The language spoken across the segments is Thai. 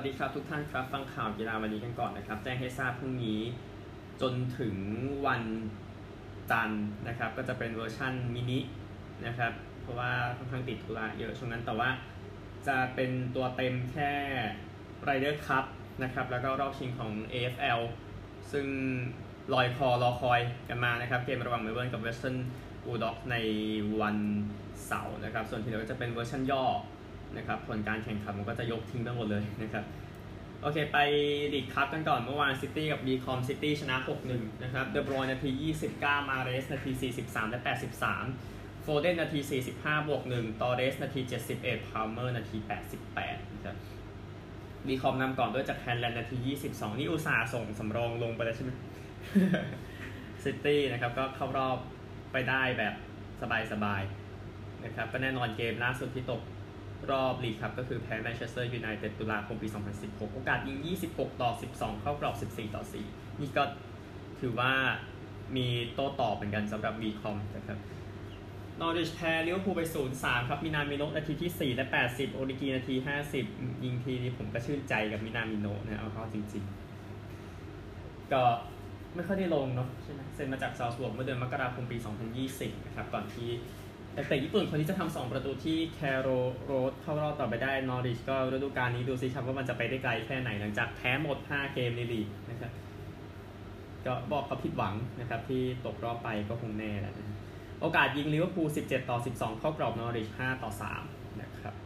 ดีครับทุกท่านครับฟังข่าวกีฬาวันนี้กันก่อนนะครับแจ้งให้ทราบพรุ่งนี้จนถึงวันจันทร์นะครับก็จะเป็นเวอร์ชั่นมินินะครับเพราะว่าค่อนข้างติดธุระเยอะช่วงนั้นแต่ว่าจะเป็นตัวเต็มแค่ Ryder Cup นะครับแล้วก็รอบชิงของ AFL ซึ่งรอคอยกันมานะครับเกมระหว่างเมลเบิร์นกับเวสเทิร์นบูลด็อกในวันเสาร์นะครับส่วนที่เหลือก็จะเป็นเวอร์ชันย่อนะครับผลการแข่งขันมันก็จะยกทิ้งไปหมดเลยนะครับโอเคไปลีกคัพกันก่อนเมื่อวานซิตี้กับบีคอมซิตี้ชนะ 6-1 นะครับเดอบรอยน์นาที29มาเรสนาที43และ83โฟเดนนาที45+1ตอเรสนาที71พาลเมอร์นาที88นะครับบีคอมนำก่อนด้วยจากแฮนแลนด์นาที22นี่อุตส่าห์ส่งสำรองลงไปแล้วใช่ไหม ซิตี้นะครับก็เข้ารอบไปได้แบบสบายๆนะครับก็แน่นอนเกมล่าสุดที่ตกรอบลีกครับก็คือแพ้แมนเชสเตอร์ยูไนเต็ดตุลาคมปี2016โอกาสยิง26-12เข้ากรอบ14-4นี่ก็ถือว่ามีโต้ตอบเหมือนกันสำหรับวีคอมนะครับนอริชแพ้ลิเวอร์พูลไป 0-3 ครับมินามิโนะนาทีที่4และ80โอริกีนาที50ยิงทีนี้ผมก็ชื่นใจกับมินามิโนะนะเอาเข้าจริงๆก็ไม่ค่อยได้ลงเนาะใช่ไหมเซ็นมาจากซาวส์บวร์กเมื่อเดือนมกราคมปี2020นะครับก่อนที่แต่ญี่ปุ่นคนที่จะทำ2ประตูที่แคโรโรสเข้ารอบต่อไปได้นอริชก็ฤดูกาลนี้ดูซิครับว่ามันจะไปได้ไกลแค่ไหนหลังจากแพ้หมด5เกมในลีกนะครับก็บอกเขาผิดหวังนะครับที่ตกรอบไปก็คงแน่แล้วนะโอกาสยิงลิเวอร์พูล17-12เข้ากรอบนอริช5-3นะครับ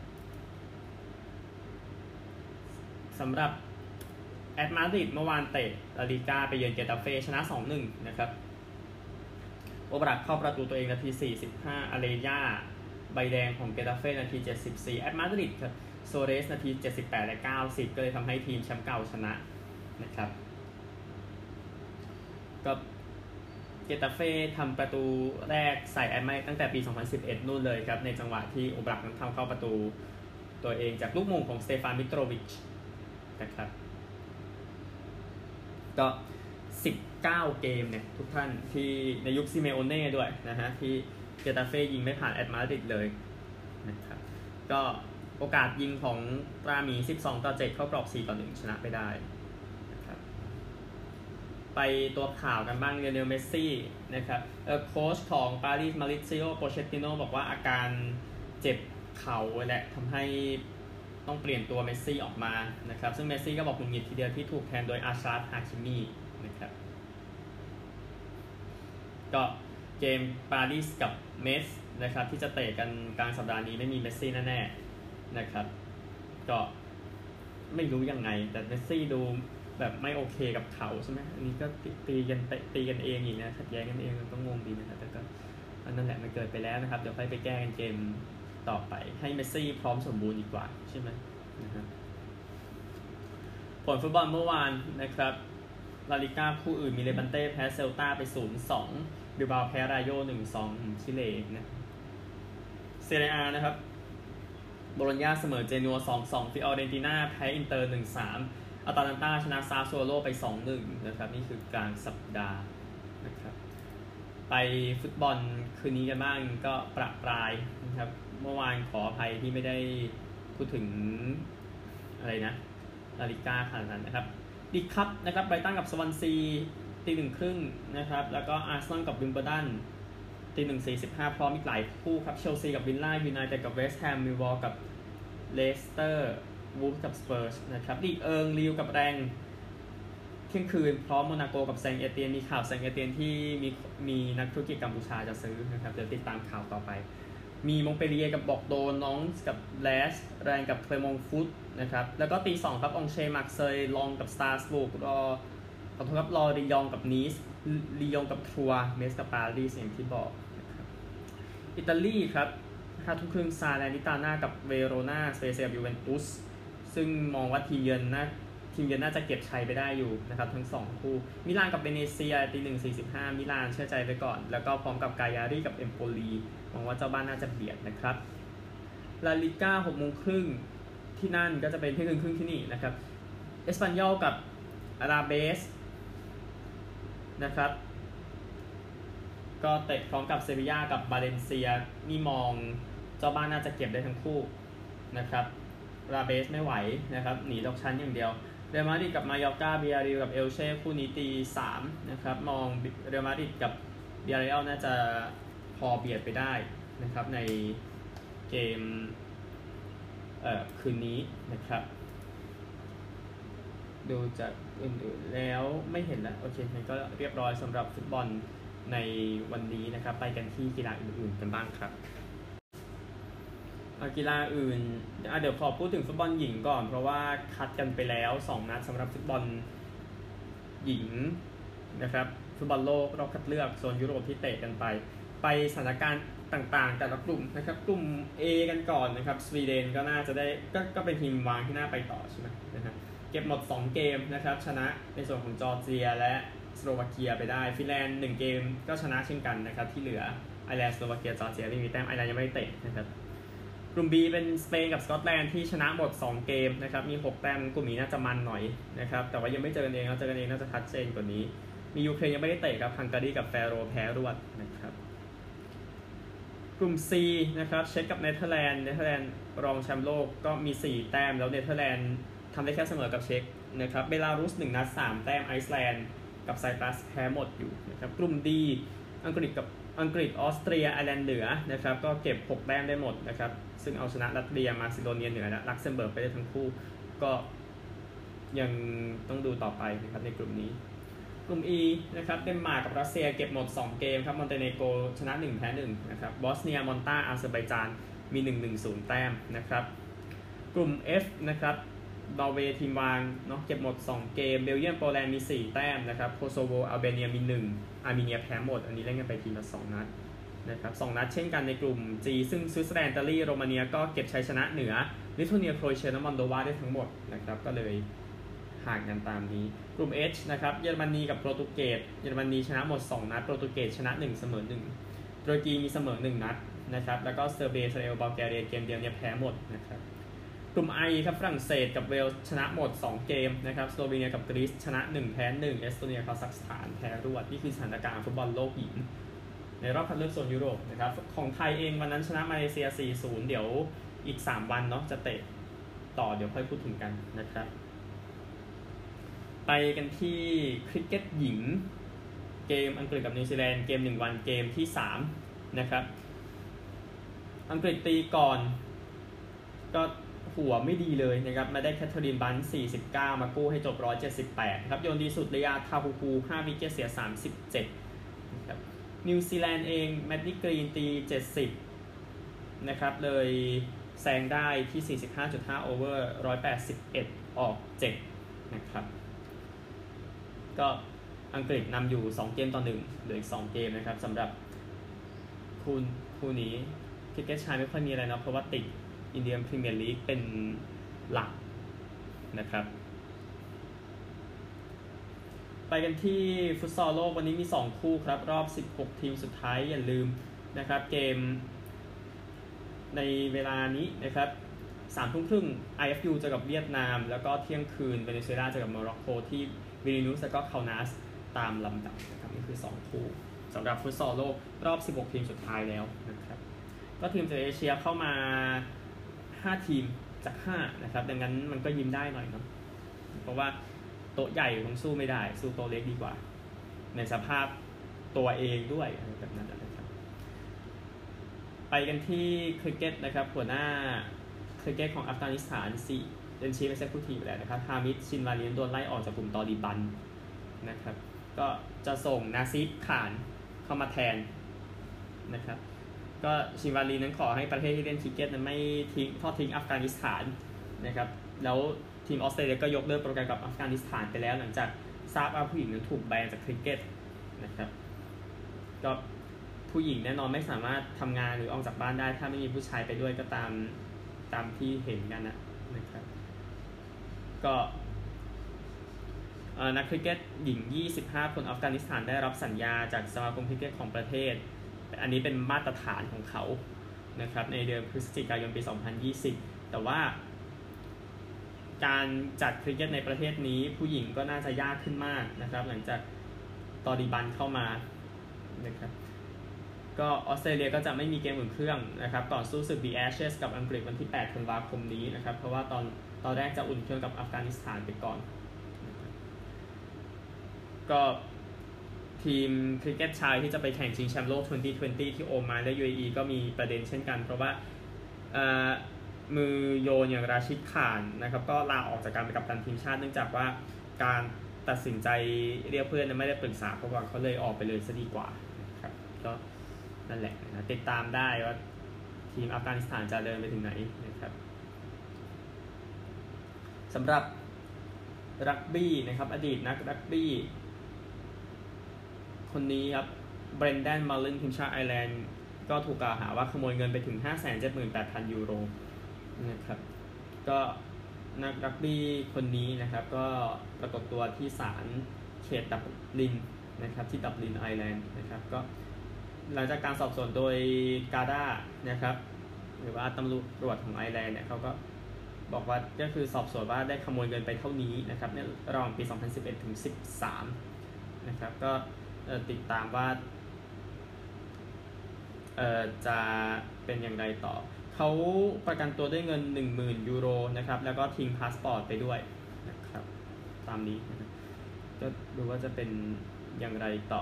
สำหรับแอตมาดริดเมื่อวานเตะลาลิก้าไปเยือนเกตาเฟ่ชนะ 2-1 นะครับโอบรักเข้าประตูตัวเองนาที45อาเรย่าใบแดงของเกตาเฟ่นาที74แอตมาดริดครับโซเรสนาที78และ90ก็เลยทำให้ทีมแชมป์เก่าชนะนะครับก็เกตาเฟ่ทำประตูแรกใส่แอตมาตั้งแต่ปี2011นู่นเลยครับในจังหวะที่โอบรักนั้นทำเข้าประตูตัวเองจากลูกมงของสเตฟานมิโตรวิชนะครับก็19เกมเนี่ยทุกท่านที่ในยุคซิเมโอเน่ด้วยนะฮะที่เกตาเฟ่ยิงไม่ผ่านแอตมาดริดเลยนะครับก็โอกาสยิงของรามี12-7เข้ากรอบ4-1ชนะไปได้นะครับไปตัวข่าวกันบ้างเลียเนลเมสซี่นะครับโค้ชของปารีสมาริซิโอโปเชตติโนบอกว่าอาการเจ็บเข่าแหละทำให้ต้องเปลี่ยนตัวเมสซี่ออกมานะครับซึ่งเมสซี่ก็บอกหงุดหงิดทีเดียวที่ถูกแทนโดยอาชราฟ ฮาคิมีนะครับก็เกมปารีสกับเมสนะครับที่จะเตะกันกลางสัปดาห์นี้ไม่มีเมสซี่แน่ๆนะครับก็ไม่รู้ยังไงแต่เมสซี่ดูแบบไม่โอเคกับเขาใช่ไหมอันนี้ก็ตีกันเองอีกนะขัดแย้งกันเองมันก็งงดีนะครับแต่ก็นั่นแหละมันเกิดไปแล้วนะครับเดี๋ยวค่อยไปแก้กันเกมต่อไปให้เมสซี่พร้อมสมบูรณ์ดีกว่าใช่ไหมนะครับผลฟุตบอลเมื่อวานนะครับลาลิก้าคู่อื่นมีเลบันเต้แพ้เซลตาไป 0-2 บิลบาโอแพ้รายโย 1-2 ชิเลนะเซเรียอานะครับโบโลญญาเสมอเจนัว 2-2 ฟิออเรนติน่าแพ้อินเตอร์ 1-3 อาตาลันตาชนะซาโซโลไป 2-1 นะครับนี่คือกลางสัปดาห์นะครับไปฟุตบอลคืนนี้กันบ้างก็ประปรายนะครับเมื่อวานขออภัยที่ไม่ได้พูดถึงอะไรนะลาลิก้าขนาดนั้นนะครับลีกคัพนะครับไบรตันกับสวอนซี 1:30 นะครับแล้วก็อาร์เซนอลกับวิมเบิลดัน 1:45 พร้อมอีกหลายคู่ครับเชลซีกับวิลล่ายูไนเต็ดกับเวสต์แฮมมิลวอลกับเลสเตอร์วูฟกับสเปอร์สนะครับลีกลีวกับแรงเที่ยงคืนพร้อมโมนาโกกับแซงเอเตียนมีข่าวแซงเอเตียนที่มีนักธุรกิจกัมพูชาจะซื้อนะครับเดี๋ยวติดตามข่าวต่อไปมีมงเปรียกับบอกโดน้องกับแลสแรงกับเคลมองฟุตนะครับแล้วก็ตี 2ครับองเชมักเซยลองกับสตาร์สบุกรอรียองกับนีสลียองกับทัวเมสกับปารีสอย่างที่บอกนะครับอิตาลีครับ5 ทุ่มครึ่งซาเลนิตาน่ากับเวโรนาสเปเซียกับยูเวนตุสซึ่งมองว่าทีมเยือนน่าจะเก็บชัยไปได้อยู่นะครับทั้ง2คู่มิลานกับเบเนเซีย 1:45 มิลานเชื่อใจไปก่อนแล้วก็พร้อมกับกายารีกับเอมโปลีหวังว่าเจ้าบ้านน่าจะเบียดนะครับลาลิก้า 18:30 ที่นั่นก็จะเป็นที่1:30ที่นี่นะครับเอสปันยอลกับอาราเบสนะครับก็เตะพร้อมกับเซบีญ่ากับบาเลนเซียนี่มองเจ้าบ้านน่าจะเก็บได้ทั้งคู่นะครับราเบสไม่ไหวนะครับหนีตกชั้นอย่างเดียวเรอัลมาดริดกับมายอร์กาเบียริลกับเอลเช่คู่นี้ตี3นะครับมองเรอัลมาดริดกับเบียริลน่าจะพอเบียดไปได้นะครับในเกมคืนนี้นะครับดูจากอื่นๆแล้วไม่เห็นแล้วโอเคงั้นก็เรียบร้อยสำหรับฟุตบอลในวันนี้นะครับไปกันที่กีฬาอื่นๆกันบ้างครับกีฬาอื่นเดี๋ยวขอพูดถึงฟุตบอลหญิงก่อนเพราะว่าคัดกันไปแล้ว2นัดสำหรับฟุตบอลหญิงนะครับฟุตบอลโลกรอบคัดเลือกโซนยุโรปที่เตะกันไปสถานการณ์ต่างๆแต่ละกลุ่มนะครับกลุ่ม A กันก่อนนะครับสวีเดนก็น่าจะได้ก็เป็นทีมวางที่น่าไปต่อใช่ไหมนะครับเก็บหมด2เกมนะครับชนะในส่วนของจอร์เจียและสโลวาเกียไปได้ฟินแลนด์1เกมก็ชนะเช่นกันนะครับที่เหลือไอร์แลนด์สโลวาเกียจอร์เจียไม่มีแต้มไอร์แลนด์ยังไม่ได้เตะนะครับกลุ่ม B เป็นสเปนกับสกอตแลนด์ที่ชนะหมด2เกมนะครับมี6แต้มกลุ่มนี้น่าจะมันหน่อยนะครับแต่ว่ายังไม่เจอกันเองเจอกันเองน่าจะชัดเจนกว่านี้มียูเครนยังไม่ได้เตะครับฮังการีกับแฟโรแพ้รวดนะครับกลุ่ม C นะครับเช็กกับเนเธอร์แลนด์รองแชมป์โลกก็มี4แต้มแล้วเนเธอร์แลนด์ทำได้แค่เสมอกับเช็กนะครับเบลารุส1นัด3แต้มไอซ์แลนด์กับไซปรัสแพ้หมดอยู่นะครับกลุ่ม D อังกฤษออสเตรียไอร์แลนด์เหนือนะครับก็เก็บ6แต้มได้หมดนะครับซึ่งเอาชนะรัสเซียมาซิโดเนียเหนือและลักเซมเบิร์กไปได้ทั้งคู่ก็ยังต้องดูต่อไปนะครับในกลุ่มนี้กลุ่ม E นะครับเดนมาร์กกับรัสเซียเก็บหมด2เกมครับมอนเตเนโกรชนะ1แพ้1นะครับบอสเนียมอนตาอาเซอร์ไบจานมี 1-1-0 แต้มนะครับกลุ่ม F นะครับนอร์เวย์ทีมวางเนาะเก็บหมด2เกมเบลเยียมโปแลนด์มี4แต้มนะครับโคโซโวอัลเบเนียมี1อาร์เมเนียแพ้หมดอันนี้เล่นกันไปทีละ2นัดนะครับ2นัดเช่นกันในกลุ่ม G ซึ่งสวิตเซอร์แลนด์อิตาลีโรมาเนียก็เก็บชัยชนะเหนือลิทัวเนียโครเอเชียและมอลโดวาได้ทั้งหมดนะครับก็เลยห่างกันตามนี้กลุ่ม H นะครับเยอรมนีกับโปรตุเกสเยอรมนีชนะหมด2นัดโปรตุเกสชนะ1เสมอ1ตุรกีมีเสมอ1นัดนะครับแล้วก็เซอร์เบียอิสราเอลบัลแกเรียเกมเดียวเนี่ยแพ้หมดนะครับกลุ่ม I ครับฝรั่งเศสกับเวลส์ชนะหมด2เกมนะครับสโลวีเนียกับกรีซชนะ1แพ้1เอสโตเนียคาซัคสถานแพ้รวดนี่คือสถานการณ์ฟุตบอลโลกหญิงในรอบคัดเลือกโซนยุโรปนะครับของไทยเองวันนั้นชนะมาเลเซีย 4-0 เดี๋ยวอีก3วันเนาะจะเตะต่อเดี๋ยวค่อยพูดถึงกันนะครับไปกันที่คริกเก็ตหญิงเกมอังกฤษกับนิวซีแลนด์เกม1วันเกมที่3นะครับอังกฤษตีก่อนก็หัวไม่ดีเลยนะครับมาได้แคทเธอรีนบัน49มากู้ให้จบ178ครับโยนดีสุดระยะทาฮูคู5วิกเก็ตเสีย37นะครับนิวซีแลนด์เองแมตตี้กรีนตี70นะครับเลยแซงได้ที่ 45.5 โอเวอร์181ออก7นะครับก็อังกฤษนำอยู่2เกมต่อ1เหลืออีก2เกมนะครับสำหรับคู่นี้คริกเก็ตชายไม่ค่อยมีอะไรนะเพราะว่าติดอินเดียนพรีเมียร์ลีกเป็นหลักนะครับไปกันที่ฟุตซอลโลกวันนี้มี2คู่ครับรอบ16ทีมสุดท้ายอย่าลืมนะครับเกมในเวลานี้นะครับ3:30 IFU เจอกับเวียดนามแล้วก็เที่ยงคืนเวเนซุเอลาเจอกับโมร็อกโกที่วิลินุสและก็คานัสตามลำดับนะครับนี่คือ2คู่สำหรับฟุตซอลโลกรอบ16ทีมสุดท้ายแล้วนะครับก็ทีมจากเอเชียเข้ามา5ทีมจาก5นะครับดังนั้นมันก็ยิ้มได้หน่อยเนาะเพราะว่าโต๊ะใหญ่คงสู้ไม่ได้สู้โต๊ะเล็กดีกว่าในสภาพตัวเองด้วยแบบนั้นนะครับไปกันที่คริกเก็ตนะครับหัวหน้าคริกเก็ตของอัฟกานิสถานเป็นชีฟเอ็กเซคิวทีฟแล้วนะครับฮามิดชินวาเลียนโดนไล่ออกจากกลุ่มตอริบันนะครับก็จะส่งนาซิดข่านเข้ามาแทนนะครับก็ชินวาลีนั้นขอให้ประเทศที่เล่นคริกเก็ตนั้นไม่ทอดทิ้งอัฟกานิสถานนะครับแล้วทีมออสเตรเลียก็ยกเลิกโปรแกรมกับอัฟกานิสถานไปแล้วหลังจากทราบว่าผู้หญิงนั้นถูกแบนจากคริกเก็ตนะครับก็ผู้หญิงแน่นอนไม่สามารถทำงานหรือออกจากบ้านได้ถ้าไม่มีผู้ชายไปด้วยก็ตามที่เห็นกันนะครับก็นักคริกเก็ตหญิง25คนอัฟกานิสถานได้รับสัญญาจากสมาคมคริกเก็ตของประเทศอันนี้เป็นมาตรฐานของเขานะครับในเดือนพฤศจิกายนปี2020แต่ว่าการจัดคริกเก็ตในประเทศนี้ผู้หญิงก็น่าจะยากขึ้นมากนะครับหลังจากตอริบันเข้ามานะครับก็ออสเตรเลียก็จะไม่มีเกมอุ่นเครื่องนะครับก่อนสู้ศึก The Ashes กับอังกฤษวันที่8ธันวาคมนี้นะครับเพราะว่าตอนแรกจะอุ่นเครื่องกับอัฟกานิสถานไปก่อนก็ทีมคริกเก็ตชายที่จะไปแข่งชิงแชมป์โลก 2020 ที่โอมานและ UAE ก็มีประเด็นเช่นกันเพราะว่ามือโยนอย่างราชิดข่านนะครับก็ลาออกจากการเป็นกัปตันทีมชาติเนื่องจากว่าการตัดสินใจเรียกเพื่อนไม่ได้ปรึกษาเขาก่อนเขาเลยออกไปเลยซะดีกว่านะครับก็นั่นแหละนะติดตามได้ว่าทีมอัฟกานิสถานจะเดินไปถึงไหนนะครับสำหรับรักบี้นะครับอดีตนักรักบี้คนนี้ครับเบรนแดนมาลินทีมชาติไอร์แลนด์ก็ถูกกล่าวหาว่าขโมยเงินไปถึง 578,000 ยูโรนะครับก็นักรักบี้คนนี้นะครับก็ปรากฏตัวที่ศาลเขตดับลินนะครับที่ดับลินไอร์แลนด์นะครับก็หลังจากการสอบสวนโดยกาดานะครับหรือว่าตำรวจของไอร์แลนด์เนี่ยเขาก็บอกว่าก็คือสอบสวนว่าได้ขโมยเงินไปเท่านี้นะครับในระหว่างปี 2011 ถึง 13 นะครับก็ติดตามว่าจะเป็นอย่างไรต่อเขาประกันตัวด้วยเงิน 10,000 ยูโรนะครับแล้วก็ทิ้งพาสปอร์ตไปด้วยนะครับตามนี้นะครับก็ดูว่าจะเป็นอย่างไรต่อ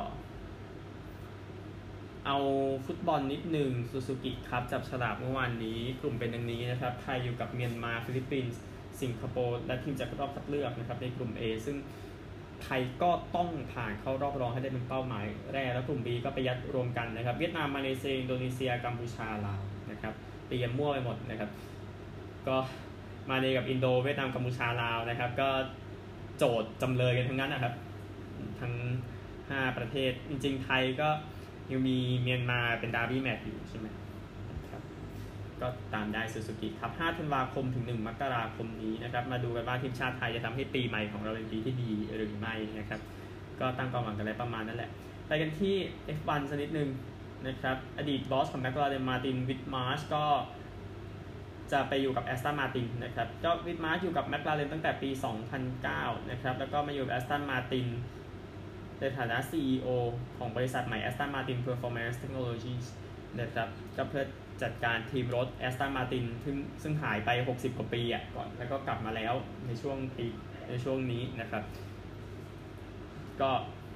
เอาฟุตบอลนิดหนึ่งซูซูกิครับจับฉลากเมื่อวานนี้กลุ่มเป็นดังนี้นะครับไทยอยู่กับเมียนมาฟิลิปปินส์สิงคโปร์และทีมจากรอบคัดเลือกนะครับในกลุ่ม A ซึ่งไทยก็ต้องผ่านเข้ารอบรองให้ได้เป็นเป้าหมายแรกแล้วกลุ่ม B ก็ไปยัดรวมกันนะครับเวียดนามมาเลเซียอินโดนีเซียกัมพูชาลาวนะครับเตรียมมั่วไปหมดนะครับก็มาเลกับอินโดเวียดนามกัมพูชาลาวนะครับก็โจทย์จำเลยกันทั้งนั้นนะครับทั้ง5ประเทศจริงๆไทยก็ยังมีเมียนมาเป็นดาร์บี้แมตช์อยู่ใช่ไหมครับก็ตามได้ซูซูกิครับ5ธันวาคมถึง1มกราคมนี้นะครับมาดูกันว่าทีมชาติไทยจะทำให้ปีใหม่ของเราเป็นปีที่ดีหรือไม่นะครับก็ตั้งความหวังกันอะไรประมาณนั้นแหละไปกันที่ F1 สักนิดนึงนะครับอดีตบอสของแมคลาเรนมาร์ตินวิทมาร์ชก็จะไปอยู่กับแอสตันมาร์ตินนะครับก็วิทมาร์ชอยู่กับแมคลาเรนตั้งแต่ปี 2009 นะครับแล้วก็มาอยู่กับแอสตันมาร์ตินในฐานะ CEO ของบริษัทใหม่ Aston Martin Performance Technologies นะครับก็เพื่อจัดการทีมรถ Aston Martin ซึ่งหายไป60 กว่าปีก่อนแล้วก็กลับมาแล้วในช่วงนี้นะครับก็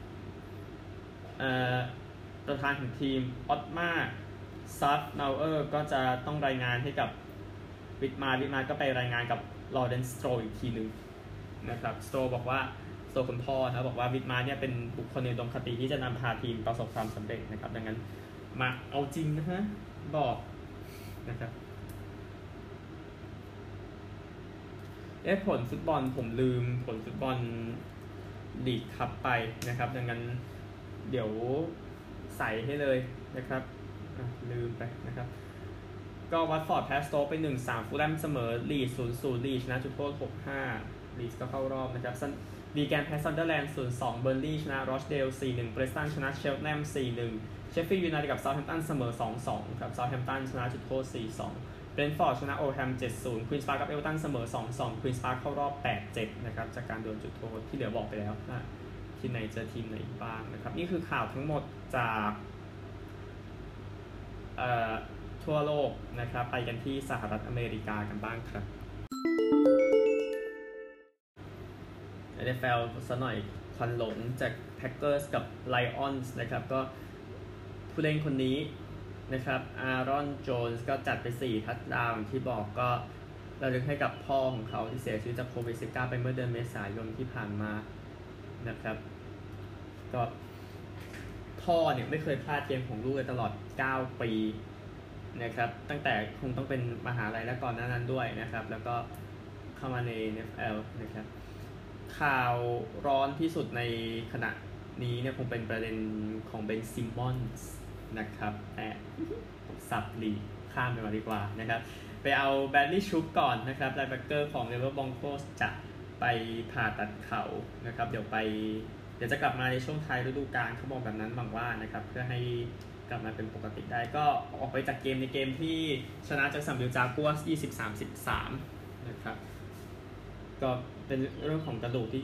ประธานของทีมออตมาซัฟนาวเออร์ก็จะต้องรายงานให้กับวิทมาก็ไปรายงานกับลอเรนซ์ สโตรอีกทีนึงนะครับสโตรบอกว่าตัวคุณพ่อนะบอกว่าวิทมาเนี่ยเป็นบุคคลในดงคติที่จะนำพาทีมประสบความสำเร็จนะครับดังนั้นมาเอาจริงนะฮะบอกนะครับผลฟุตบอลผมลืมผลฟุตบอลลีกคัพไปนะครับดังนั้นเดี๋ยวใส่ให้เลยนะครับลืมไปนะครับก็วัตฟอร์ดแพ้สโต๊กไป 1-3 ฟูลแลมเสมอลีด 0-0 ลีดชนะจุดโทษ 6-5 ลีดก็เข้ารอบนะครับดีแกนแพ้ซันเดอร์แลนด์ 0-2 เบอร์นลีย์ชนะโรชเดล 4-1 เบรสตันชนะเชลแนม 4-1 เชฟฟิลด์ยูไนเต็ดกับเซาท์แฮมป์ตันเสมอ 2-2 ครับเซาท์แฮมป์ตันชนะจุดโทษ 4-2 เบรนท์ฟอร์ดชนะโอลแฮม 7-0 ควีนส์พาร์คกับเอเวอร์ตันเสมอ 2-2 ควีนส์พาร์คเข้ารอบ 8-7 นะครับจากการโดนจุดโทษที่เหลือบอกไปแล้วนะทีมไหนเจอทีมไหนบ้างนะครับนี่คือข่าวทั้งหมดจากทั่วโลกนะครับไปกันที่สหรัฐอเมริกากันบ้างครับ NFL ซะหน่อยควันหลงจาก Packers กับ Lions นะครับก็ผู้เล่นคนนี้นะครับอารอนโจนส์ก็จัดไป4ทัชดาวน์ที่บอกก็ระลึกให้กับพ่อของเขาที่เสียชีวิตจากโควิด -19 ไปเมื่อเดือนเมษายนที่ผ่านมานะครับก็พ่อเนี่ยไม่เคยพลาดเกมของลูกเลยตลอด9 ปีนะครับตั้งแต่คงต้องเป็นมหาลัยและก่อนหน้านั้นด้วยนะครับแล้วก็เข้ามาใน NFL นะครับข่าวร้อนที่สุดในขณะนี้เนี่ยคงเป็นประเด็นของเบนซิมมอนส์นะครับแต่สับลีข้ามไปมาดีกว่านะครับไปเอาแบดลี่ชุปก่อนนะครับไลน์แบ็คเกอร์ของเดนเวอร์บรองโคสจะไปผ่าตัดเข่านะครับเดี๋ยวจะกลับมาในช่วงท้ายฤดูกาลเขาบอกแบบนั้นหวังว่านะครับเพื่อให้กลับมาเป็นปกติได้ก็ออกไปจากเกมในเกมที่ชนะจากซัมบิลจากัวส 23-13 นะครับก็เป็นเรื่องของกระดูกที่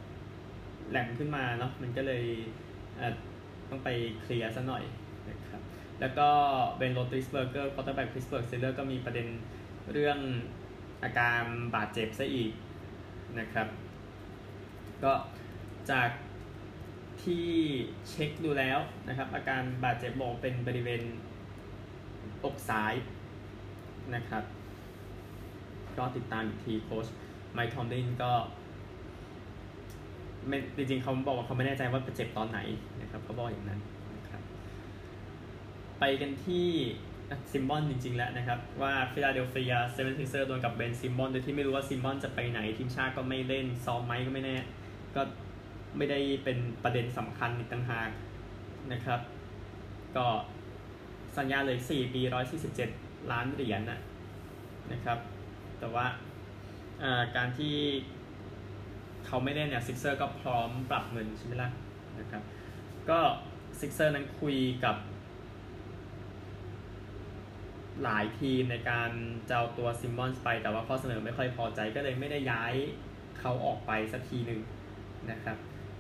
แหลมขึ้นมาเนาะมันก็เลยต้องไปเคลียร์ซะหน่อยนะครับแล้วก็เบนโรติสเบอร์เกอร์ควอเตอร์แบ็กพิตต์สเบิร์กสตีเลอร์ก็มีประเด็นเรื่องอาการบาดเจ็บซะอีกนะครับก็จากที่เช็คดูแล้วนะครับอาการบาดเจ็บบอกเป็นบริเวณอกซ้ายนะครับก็ติดตามอีกทีโค้ชไมค์ทอมลินก็ไม่จริงๆเขาบอกว่าเขาไม่แน่ใจว่าเจ็บตอนไหนนะครับเขาบอกอย่างนั้นนะครับไปกันที่ซิมมอนจริงๆแล้วนะครับว่าฟิลาเดลเฟียเซเว่นซิกเซอร์โดนกับเบนซิมมอนโดยที่ไม่รู้ว่าซิมมอนจะไปไหนทีมชาติก็ไม่เล่นซ้อมไหมก็ไม่แน่ก็ไม่ได้เป็นประเด็นสำคัญอีกต่างหากนะครับก็สัญญาเลย4 ปี147 ล้านเหรียญนะครับแต่ว่าการที่เขาไม่เล่นเนี่ยซิกเซอร์ก็พร้อมปรับเงินใช่ไหมล่ะนะครับก็ซิกเซอร์นั้นคุยกับหลายทีมในการจะเอาตัวซิมมอนส์ไปแต่ว่าข้อเสนอไม่ค่อยพอใจก็เลยไม่ได้ย้ายเขาออกไปสักทีหนึ่งนะครับ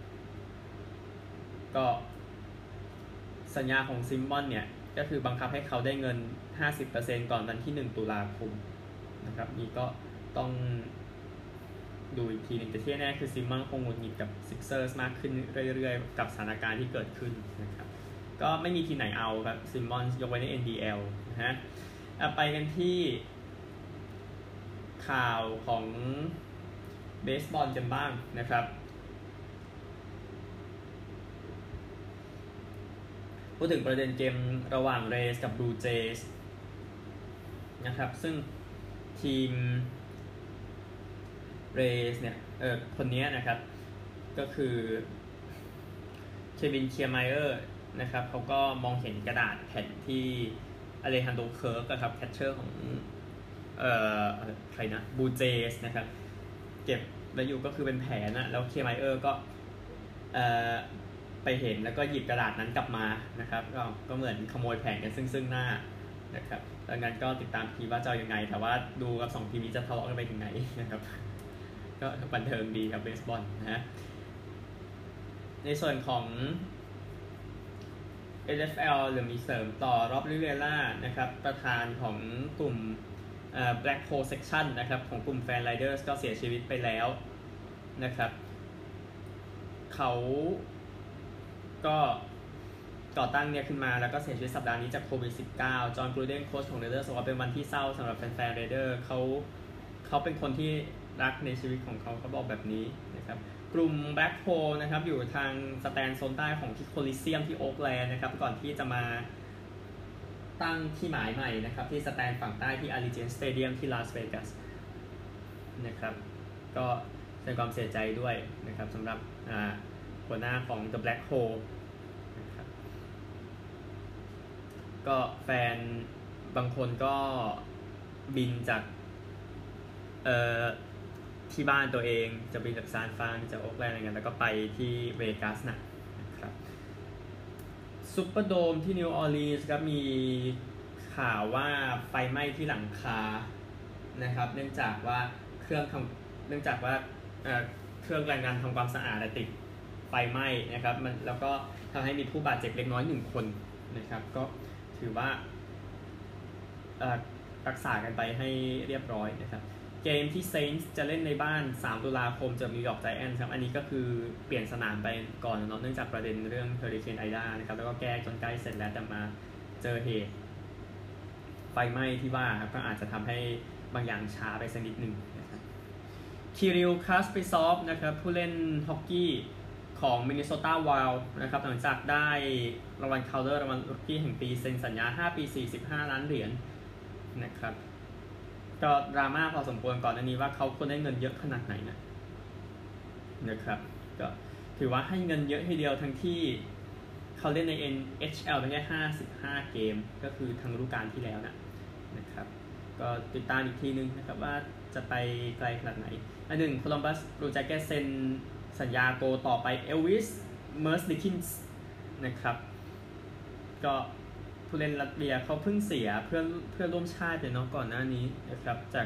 ก็สัญญาของซิมมอนเนี่ยก็คือบังคับให้เขาได้เงิน 50% ก่อนวันที่1 ตุลาคมนะครับนี่ก็ต้องดูอีกทีนึงแต่ที่แน่คือซิมมอนคงหงุดหงิดกับซิกเซอร์มากขึ้นเรื่อยๆกับสถานการณ์ที่เกิดขึ้นนะครับก็ไม่มีทีมไหนเอาครับซิมมอนยกไว้ใน NBL นะฮะไปกันที่ข่าวของเบสบอลกันบ้างนะครับพูดถึงประเด็นเกมระหว่างเรสกับบลูเจย์สนะครับซึ่งทีมเรสเนี่ยคนนี้นะครับก็คือเควินเคียร์ไมเออร์นะครับเขาก็มองเห็นกระดาษแผ่นที่อเลฮันโดเคิร์กครับแคชเชอร์ของใครนะบูเจสนะครับเก็บไว้อยู่ก็คือเป็นแผลนะแล้วเคียร์ไมเออร์ก็ไปเห็นแล้วก็หยิบกระดาษนั้นกลับมานะครับก็เหมือนขโมยแผงกันซึ่งหน้านะครับดังนั้นก็ติดตามทีว่าจะยังไงแต่ว่าดูกับ2ทีมนี้จะทะเลาะกันไปถึงไหนนะครับก็บันเทิงดีครับเบสบอลนะฮะในส่วนของ NFL หรือมีเสริมต่อรอบริเวล่านะครับประธานของกลุ่มBlack Hole Section นะครับของกลุ่มแฟนไรเดอร์ก็เสียชีวิตไปแล้วนะครับเขาก็ก่อตั้งเนี่ยขึ้นมาแล้วก็เสียชีวิตสัปดาห์นี้จากโควิด -19 จอห์น กรูเดนโค้ชของเรเดอร์บอกว่าเป็นวันที่เศร้าสำหรับแฟนๆเรเดอร์เขาเป็นคนที่รักในชีวิตของเขาบอกแบบนี้นะครับกลุ่ม Black Hole นะครับอยู่ทางสแตนโซนใต้ของที่โคลิเซียมที่โอ๊คแลนด์นะครับก่อนที่จะมาตั้งที่หมายใหม่นะครับที่สแตนฝั่งใต้ที่ Allegiant Stadium ที่ลาสเวกัสนะครับก็แสดงความเสียใจด้วยนะครับสำหรับหัวหน้าของ The Black Hole นะครับก็แฟนบางคนก็บินจากที่บ้านตัวเองจะบินจากซานฟรานจากโอ๊คแลนด์อะไรเงี้ยแล้วก็ไปที่เวกัสนะครับซุปเปอร์โดมที่นิวออร์ลีนส์ครับมีข่าวว่าไฟไหม้ที่หลังคานะครับเนื่องจากว่าเครื่องแรงงานทำความสะอาดติดไฟไหม้นะครับมันแล้วก็ทำให้มีผู้บาดเจ็บเล็กน้อย1 คนนะครับก็ถือว่ารักษากันไปให้เรียบร้อยนะครับเกมที่ Saints จะเล่นในบ้าน3 ตุลาคมเจอนิวยอร์กไจแอนท์ครับอันนี้ก็คือเปลี่ยนสนามไปก่อนเนื่องจากประเด็นเรื่องเฮอริเคนไอดานะครับแล้วก็แก้จนใกล้เสร็จแล้วแต่มาเจอเหตุไฟไหม้ที่ว่าครับก็อาจจะทำให้บางอย่างช้าไปสักนิดนึงนะครับคิริล คาสปิซอฟนะครับผู้เล่นฮอกกี้ของมินนิโซตาไวล์ด์นะครับหลังจากได้รางวัลคาวเลอร์รางวัลรุกกี้แห่งปีเซ็นสัญญา5 ปี45 ล้านเหรียญนะครับก็ดราม่าพอสมควรก่อนอันนี้ว่าเขาควรได้เงินเยอะขนาดไหนนะครับก็ถือว่าให้เงินเยอะทีเดียวทั้งที่เขาเล่นใน NHL ไปแค่55 เกมก็คือทั้งฤดูกาลที่แล้วนะครับก็ติดตามอีกทีนึงนะครับว่าจะไปไกลขนาดไหนอันหนึ่งโคลัมบัสบลูแจ็คเก็ตเซ็นสัญญาโกต่อไปเอลวิสเมอร์สดิคินส์นะครับก็ผู้เล่นรัสเซียเขาเพิ่งเสียเพื่อนร่วมชาติไปเนาะก่อนหน้านี้นะครับจาก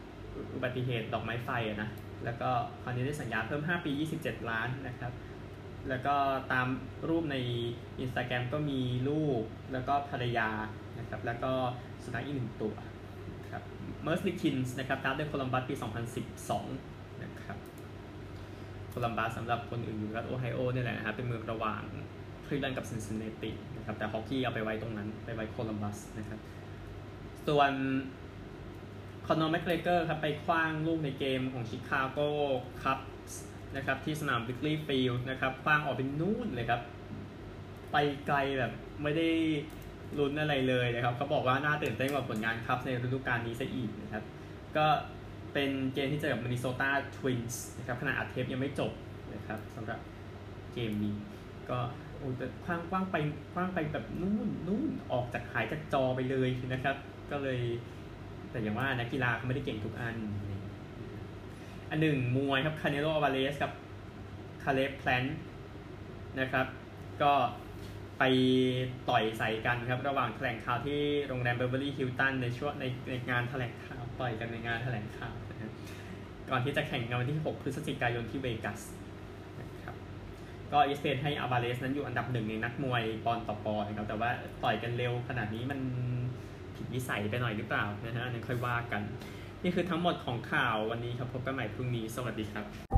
อุบัติเหตุดอกไม้ไฟนะแล้วก็คราวนี้ได้สัญญาเพิ่ม5 ปี 27 ล้านนะครับแล้วก็ตามรูปใน Instagram ก็มีลูกแล้วก็ภรรยานะครับแล้วก็สุนัขอีก1 ตัวครับเมอร์สลิคินส์นะครับการ์ดด้วยโคลัมบัสปี 2012 นะครับโคลัมบัสสำหรับคนอื่นอยู่รัฐโอไฮโอนี่แหละนะครับเป็นเมืองระหว่างคลีฟแลนด์กับซินซินเนตินะครับแต่ฮอกกี้เอาไปไว้ตรงนั้นไปไว้โคลัมบัสนะครับส่วนคอนนอร์แมคเกรเกอร์ครับไปขว้างลูกในเกมของชิคาโกคัพนะครับที่สนามวิกลีย์ฟิลด์นะครับขว้างออกเป็นนู่นเลยครับไปไกลแบบไม่ได้ลุ้นอะไรเลยนะครับเขาบอกว่าน่าตื่นเต้นกว่าผลงานคัพในฤดูกาลนี้ซะอีกนะครับก็เป็นเกมที่เจอกับมินนิโซตาทวินส์นะครับขณะอัดเทปยังไม่จบนะครับสำหรับเกมนี้ก็โอ้แต่คว้างไปแบบนู่นออกจากหายจากจอไปเลยนะครับก็เลยแต่อย่างว่านักกีฬาเขาไม่ได้เก่งทุกอันหนึ่งมวยครับคาเนโล อัลวาเรสกับคาเลฟแพลนต์นะครับก็ไปต่อยใส่กันครับระหว่างแถลงข่าวที่โรงแรมเบอร์เบอรี่ฮิลตันในช่วงในงานแถลงข่าวต่อยกันในงานแถลงข่าวนะครับก่อนที่จะแข่งกันวันที่ 6 พฤศจิกายนที่เวกัสนะครับก็อีสเปนให้อัลวาเรสนั้นอยู่อันดับ 1ในนักมวยปอนด์ต่อปอนด์นะครับแต่ว่าต่อยกันเร็วขนาดนี้มันผิดวิสัยไปหน่อยหรือเปล่านะฮะอันนั้นค่อยว่ากันนี่คือทั้งหมดของข่าววันนี้ครับพบกันใหม่พรุ่งนี้สวัสดีครับ